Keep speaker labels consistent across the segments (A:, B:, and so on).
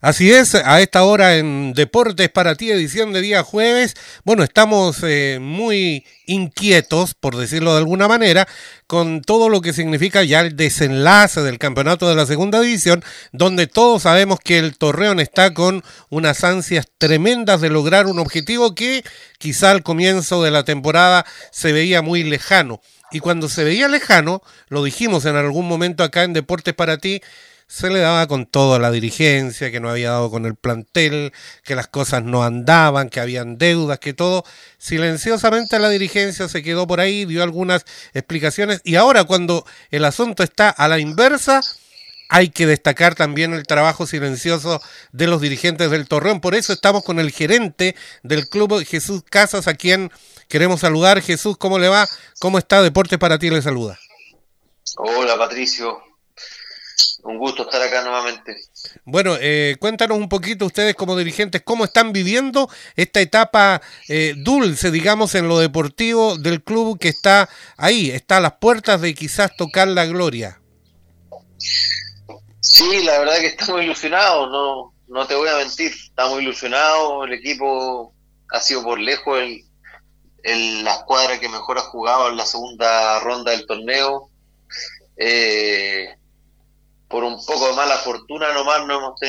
A: Así es, a esta hora en Deportes para ti, edición de día jueves. Bueno, estamos muy inquietos, por decirlo de alguna manera, con todo lo que significa ya el desenlace del campeonato de la segunda división, donde todos sabemos que el Torreón está con unas ansias tremendas de lograr un objetivo que quizá al comienzo de la temporada se veía muy lejano. Y cuando se veía lejano, lo dijimos en algún momento acá en Deportes para ti, se le daba con todo a la dirigencia, que no había dado con el plantel, que las cosas no andaban, que habían deudas, que todo. Silenciosamente la dirigencia se quedó por ahí, dio algunas explicaciones y ahora cuando el asunto está a la inversa, hay que destacar también el trabajo silencioso de los dirigentes del Torreón. Por eso estamos con el gerente del club, Jesús Casas, a quien queremos saludar. Jesús, ¿cómo le va? ¿Cómo está? Deportes para ti le saluda.
B: Hola Patricio, un gusto estar acá nuevamente.
A: Bueno, cuéntanos un poquito ustedes como dirigentes, cómo están viviendo esta etapa dulce, digamos, en lo deportivo del club que está ahí, está a las puertas de quizás tocar la gloria.
B: Sí, la verdad que estamos ilusionados, no te voy a mentir, estamos ilusionados, el equipo ha sido por lejos la escuadra que mejor ha jugado en la segunda ronda del torneo. Eh, por un poco de mala fortuna nomás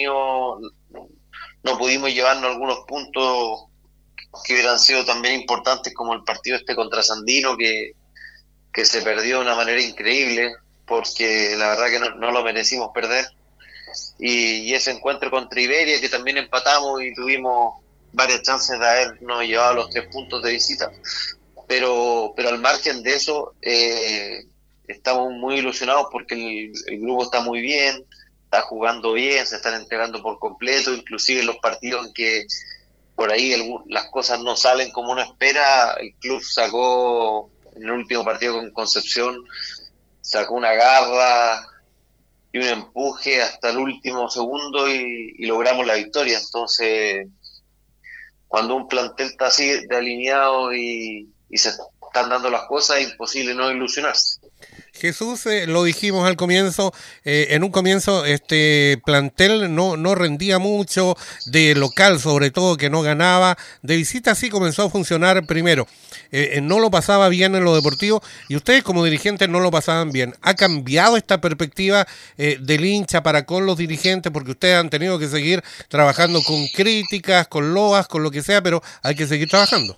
B: no pudimos llevarnos algunos puntos que hubieran sido también importantes como el partido este contra Sandino que se perdió de una manera increíble porque la verdad que no lo merecimos perder y ese encuentro contra Iberia que también empatamos y tuvimos varias chances de habernos llevado los 3 puntos de visita, pero al margen de eso estamos muy ilusionados porque el grupo está muy bien, está jugando bien, se están entregando por completo, inclusive en los partidos en que por ahí las cosas no salen como uno espera, el club sacó en el último partido con Concepción, sacó una garra y un empuje hasta el último segundo y logramos la victoria. Entonces, cuando un plantel está así de alineado y se están dando las cosas, es imposible no ilusionarse.
A: Jesús, lo dijimos al comienzo, en un comienzo este plantel no rendía mucho, de local sobre todo que no ganaba, de visita sí comenzó a funcionar primero, no lo pasaba bien en lo deportivo y ustedes como dirigentes no lo pasaban bien. ¿Ha cambiado esta perspectiva del hincha para con los dirigentes? Porque ustedes han tenido que seguir trabajando con críticas, con loas, con lo que sea, pero hay que seguir trabajando.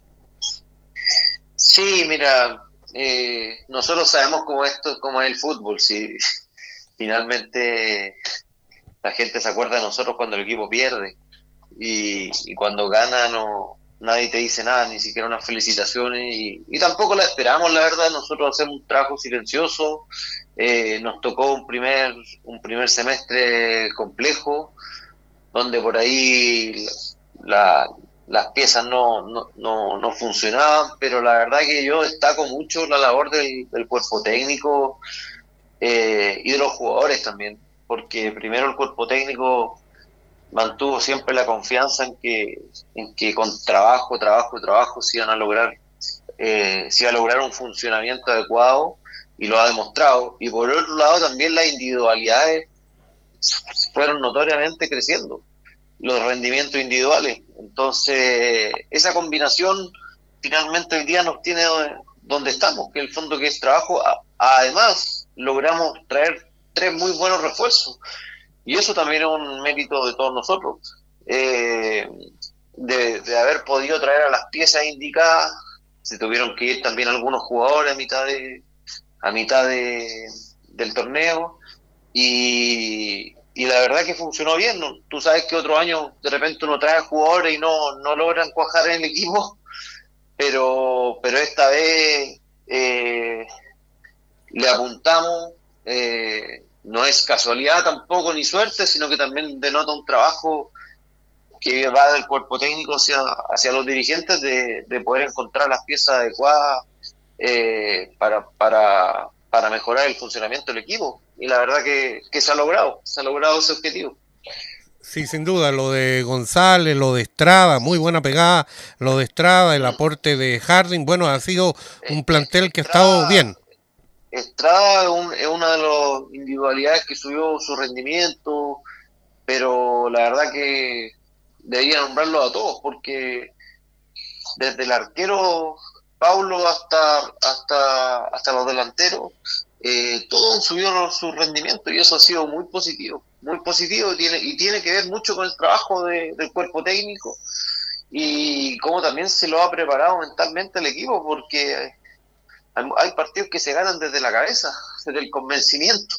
B: Sí, mira, nosotros sabemos cómo es el fútbol. Si finalmente la gente se acuerda de nosotros cuando el equipo pierde y cuando gana nadie te dice nada, ni siquiera unas felicitaciones y tampoco la esperamos, la verdad. Nosotros hacemos un trabajo silencioso. Nos tocó un primer semestre complejo donde por ahí la, las piezas no funcionaban, pero la verdad que yo destaco mucho la labor del cuerpo técnico y de los jugadores también, porque primero el cuerpo técnico mantuvo siempre la confianza en que con trabajo se iba a lograr un funcionamiento adecuado y lo ha demostrado. Y por otro lado también las individualidades fueron notoriamente creciendo, los rendimientos individuales. Entonces, esa combinación finalmente hoy día nos tiene donde estamos, que el fondo que es trabajo. Además, logramos traer 3 muy buenos refuerzos y eso también es un mérito de todos nosotros, eh, de haber podido traer a las piezas indicadas. Se tuvieron que ir también algunos jugadores del torneo y la verdad que funcionó bien, ¿no? Tú sabes que otro año de repente uno trae jugadores y no logran cuajar en el equipo, pero esta vez le apuntamos, no es casualidad tampoco ni suerte, sino que también denota un trabajo que va del cuerpo técnico hacia los dirigentes de poder encontrar las piezas adecuadas para mejorar el funcionamiento del equipo. Y la verdad que se ha logrado ese objetivo.
A: Sí, sin duda, lo de González, lo de Estrada, muy buena pegada, lo de Estrada, el
B: Mm.
A: aporte de Harding, bueno, ha sido un plantel que ha estado
B: Estrada,
A: bien.
B: Estrada es una de las individualidades que subió su rendimiento, pero la verdad que debería nombrarlo a todos, porque desde el arquero Paulo hasta los delanteros, todos han subido su rendimiento y eso ha sido muy positivo y tiene que ver mucho con el trabajo del cuerpo técnico y cómo también se lo ha preparado mentalmente el equipo, porque hay partidos que se ganan desde la cabeza, desde el convencimiento.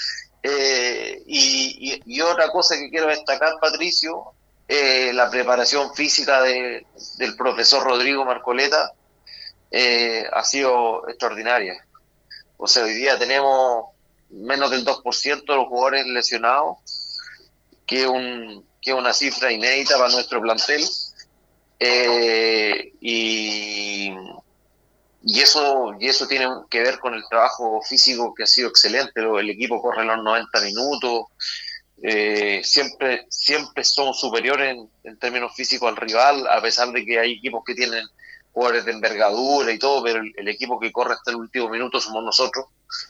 B: Y otra cosa que quiero destacar, Patricio, la preparación física del profesor Rodrigo Marcoleta ha sido extraordinaria. O sea, hoy día tenemos menos del 2% de los jugadores lesionados, que es una cifra inédita para nuestro plantel. Eh, y, y eso tiene que ver con el trabajo físico que ha sido excelente. El equipo corre los 90 minutos, siempre somos superiores en términos físicos al rival, a pesar de que hay equipos que tienen jugadores de envergadura y todo, pero el equipo que corre hasta el último minuto somos nosotros.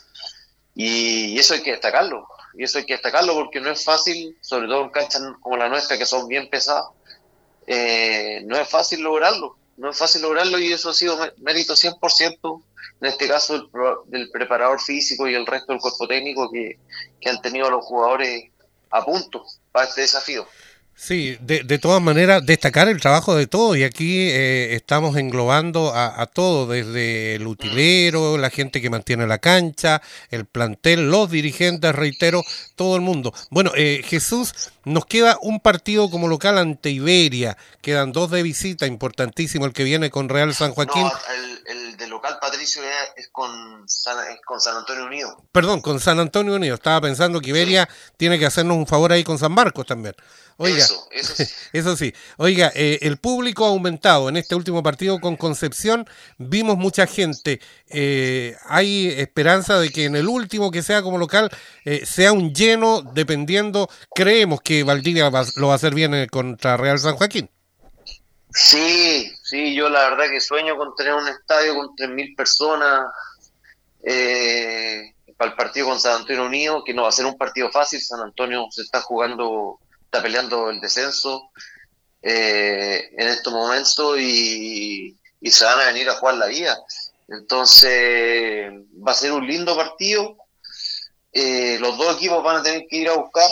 B: Y eso hay que destacarlo. Y eso hay que destacarlo porque no es fácil, sobre todo en canchas como la nuestra, que son bien pesadas, no es fácil lograrlo. No es fácil lograrlo y eso ha sido mérito 100%, en este caso del preparador físico y el resto del cuerpo técnico que han tenido a los jugadores a punto para este desafío.
A: Sí, de todas maneras, destacar el trabajo de todos y aquí estamos englobando a todo, desde el utilero, la gente que mantiene la cancha, el plantel, los dirigentes, reitero, todo el mundo. Bueno, Jesús, nos queda un partido como local ante Iberia, quedan 2 de visita, importantísimo el que viene con Real San Joaquín.
B: No, el de local, Patricio, es con San Antonio Unido.
A: Perdón, con San Antonio Unido, estaba pensando que Iberia tiene que hacernos un favor ahí con San Marcos también. Oiga,
B: eso sí.
A: eso sí. Oiga, el público ha aumentado en este último partido con Concepción. Vimos mucha gente. Hay esperanza de que en el último, que sea como local, sea un lleno, dependiendo. Creemos que Valdivia lo va a hacer bien contra Real San Joaquín.
B: Sí, yo la verdad que sueño con tener un estadio con 3.000 personas para el partido con San Antonio Unido, que no va a ser un partido fácil. San Antonio está peleando el descenso en estos momentos y se van a venir a jugar la vida. Entonces va a ser un lindo partido. Los dos equipos van a tener que ir a buscar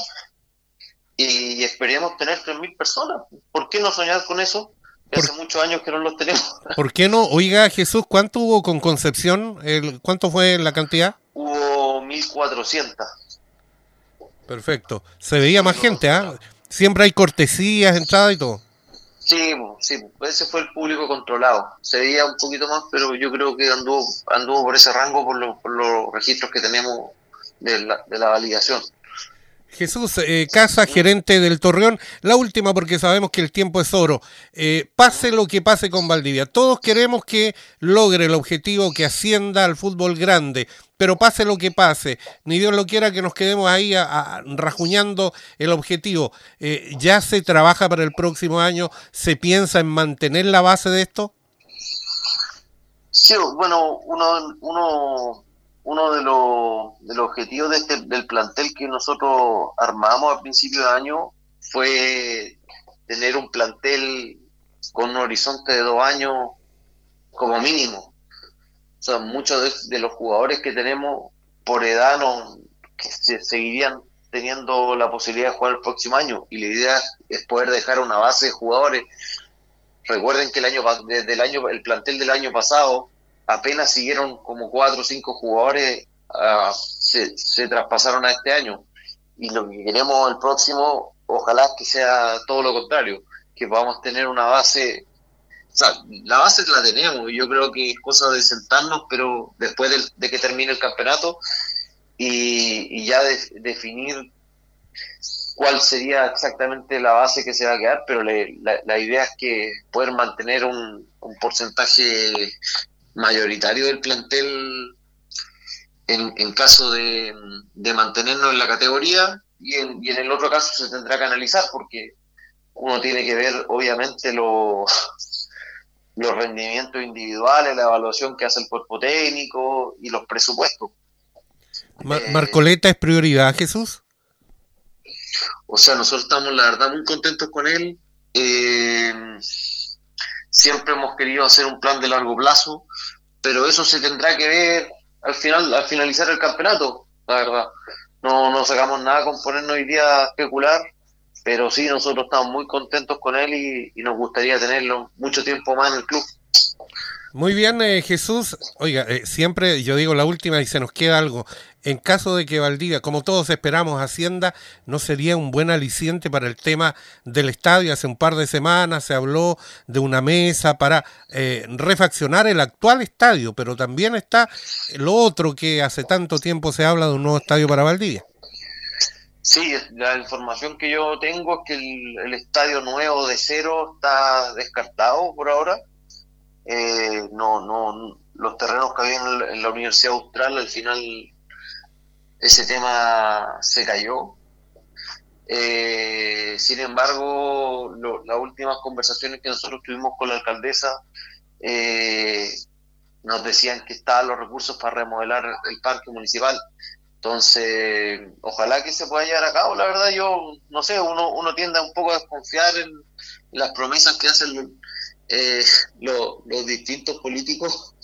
B: y esperemos tener 3.000 personas. ¿Por qué no soñar con eso? Hace muchos años que no los tenemos.
A: ¿Por qué no? Oiga, Jesús, ¿cuánto hubo con Concepción? ¿Cuánto fue la cantidad?
B: Hubo 1.400.
A: Perfecto. Se veía más gente, ¿ah? Siempre hay cortesías, entrada y todo.
B: Sí, ese fue el público controlado. Se veía un poquito más, pero yo creo que anduvo por ese rango por los registros que tenemos de la validación.
A: Jesús, Casa, gerente del Torreón, la última porque sabemos que el tiempo es oro. Pase lo que pase con Valdivia, todos queremos que logre el objetivo, que ascienda al fútbol grande, pero pase lo que pase, ni Dios lo quiera que nos quedemos ahí rajuñando el objetivo. ¿Ya se trabaja para el próximo año? ¿Se piensa en mantener la base de esto?
B: Sí, bueno, uno de los objetivos del plantel que nosotros armamos a principio de año fue tener un plantel con un horizonte de 2 años como mínimo. O sea, muchos de los jugadores que tenemos por edad que seguirían teniendo la posibilidad de jugar el próximo año, y la idea es poder dejar una base de jugadores. Recuerden que el plantel del año pasado apenas siguieron como 4 o 5 jugadores, se traspasaron a este año, y lo que queremos el próximo, ojalá que sea todo lo contrario, que podamos tener una base. O sea, la base la tenemos y yo creo que es cosa de sentarnos, pero después de que termine el campeonato y ya definir cuál sería exactamente la base que se va a quedar, pero la idea es que poder mantener un porcentaje mayoritario del plantel en caso de mantenernos en la categoría, y en el otro caso se tendrá que analizar, porque uno tiene que ver obviamente los rendimientos individuales, la evaluación que hace el cuerpo técnico y los presupuestos.
A: ¿Marcoleta es prioridad, Jesús?
B: O sea, nosotros estamos, la verdad, muy contentos con él. Eh, Siempre hemos querido hacer un plan de largo plazo, pero eso se tendrá que ver al finalizar el campeonato, la verdad. No sacamos nada con ponernos hoy día a especular, pero sí, nosotros estamos muy contentos con él y nos gustaría tenerlo mucho tiempo más en el club.
A: Muy bien, Jesús. Oiga, siempre yo digo la última y se nos queda algo. En caso de que Valdivia, como todos esperamos, ascienda, ¿no sería un buen aliciente para el tema del estadio? Hace un par de semanas se habló de una mesa para refaccionar el actual estadio, pero también está lo otro que hace tanto tiempo se habla de un nuevo estadio para Valdivia.
B: Sí, la información que yo tengo es que el estadio nuevo de cero está descartado por ahora. No, los terrenos que había en la Universidad Austral, al final ese tema se cayó. Sin embargo, las últimas conversaciones que nosotros tuvimos con la alcaldesa nos decían que estaban los recursos para remodelar el parque municipal. Entonces, ojalá que se pueda llevar a cabo. La verdad, yo no sé, uno tiende un poco a desconfiar en las promesas que hacen los distintos políticos,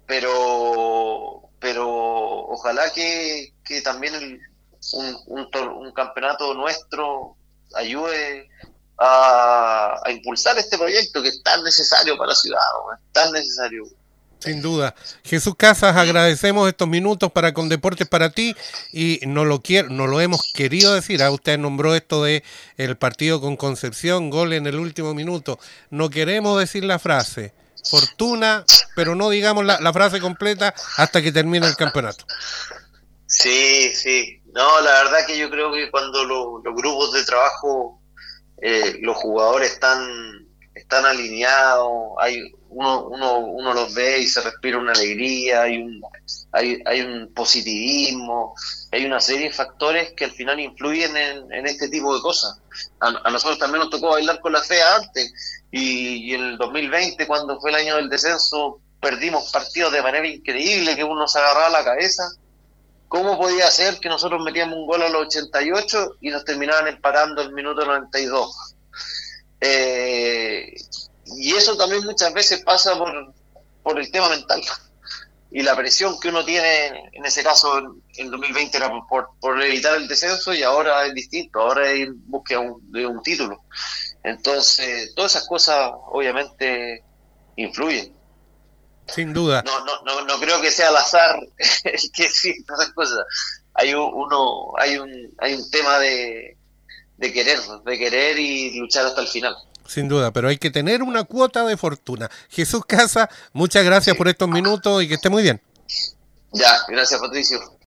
B: pero ojalá que también un campeonato nuestro ayude a impulsar este proyecto que es tan necesario para la ciudad, ¿no? Es tan necesario.
A: Sin duda. Jesús Casas, agradecemos estos minutos para Con Deportes para ti y no lo hemos querido decir. Usted nombró esto de el partido con Concepción, gol en el último minuto. No queremos decir la frase fortuna, pero no digamos la frase completa hasta que termine el campeonato.
B: Sí, sí. No, la verdad que yo creo que cuando los grupos de trabajo, los jugadores están alineados, uno los ve y se respira una alegría, hay un positivismo, hay una serie de factores que al final influyen en este tipo de cosas. A nosotros también nos tocó bailar con la fea antes, y en el 2020, cuando fue el año del descenso, perdimos partidos de manera increíble, que uno se agarraba la cabeza. ¿Cómo podía ser que nosotros metíamos un gol a los 88 y nos terminaban empatando el minuto 92? Y eso también muchas veces pasa por el tema mental y la presión que uno tiene. En ese caso en 2020 era por evitar el descenso, y ahora es distinto, ahora es en búsqueda de un título. Entonces todas esas cosas obviamente influyen.
A: Sin duda.
B: No creo que sea al azar el que sí, esas cosas. Hay un tema de querer y luchar hasta el final.
A: Sin duda, pero hay que tener una cuota de fortuna. Jesús Casa, muchas gracias por estos minutos y que esté muy bien.
B: Ya, gracias, Patricio.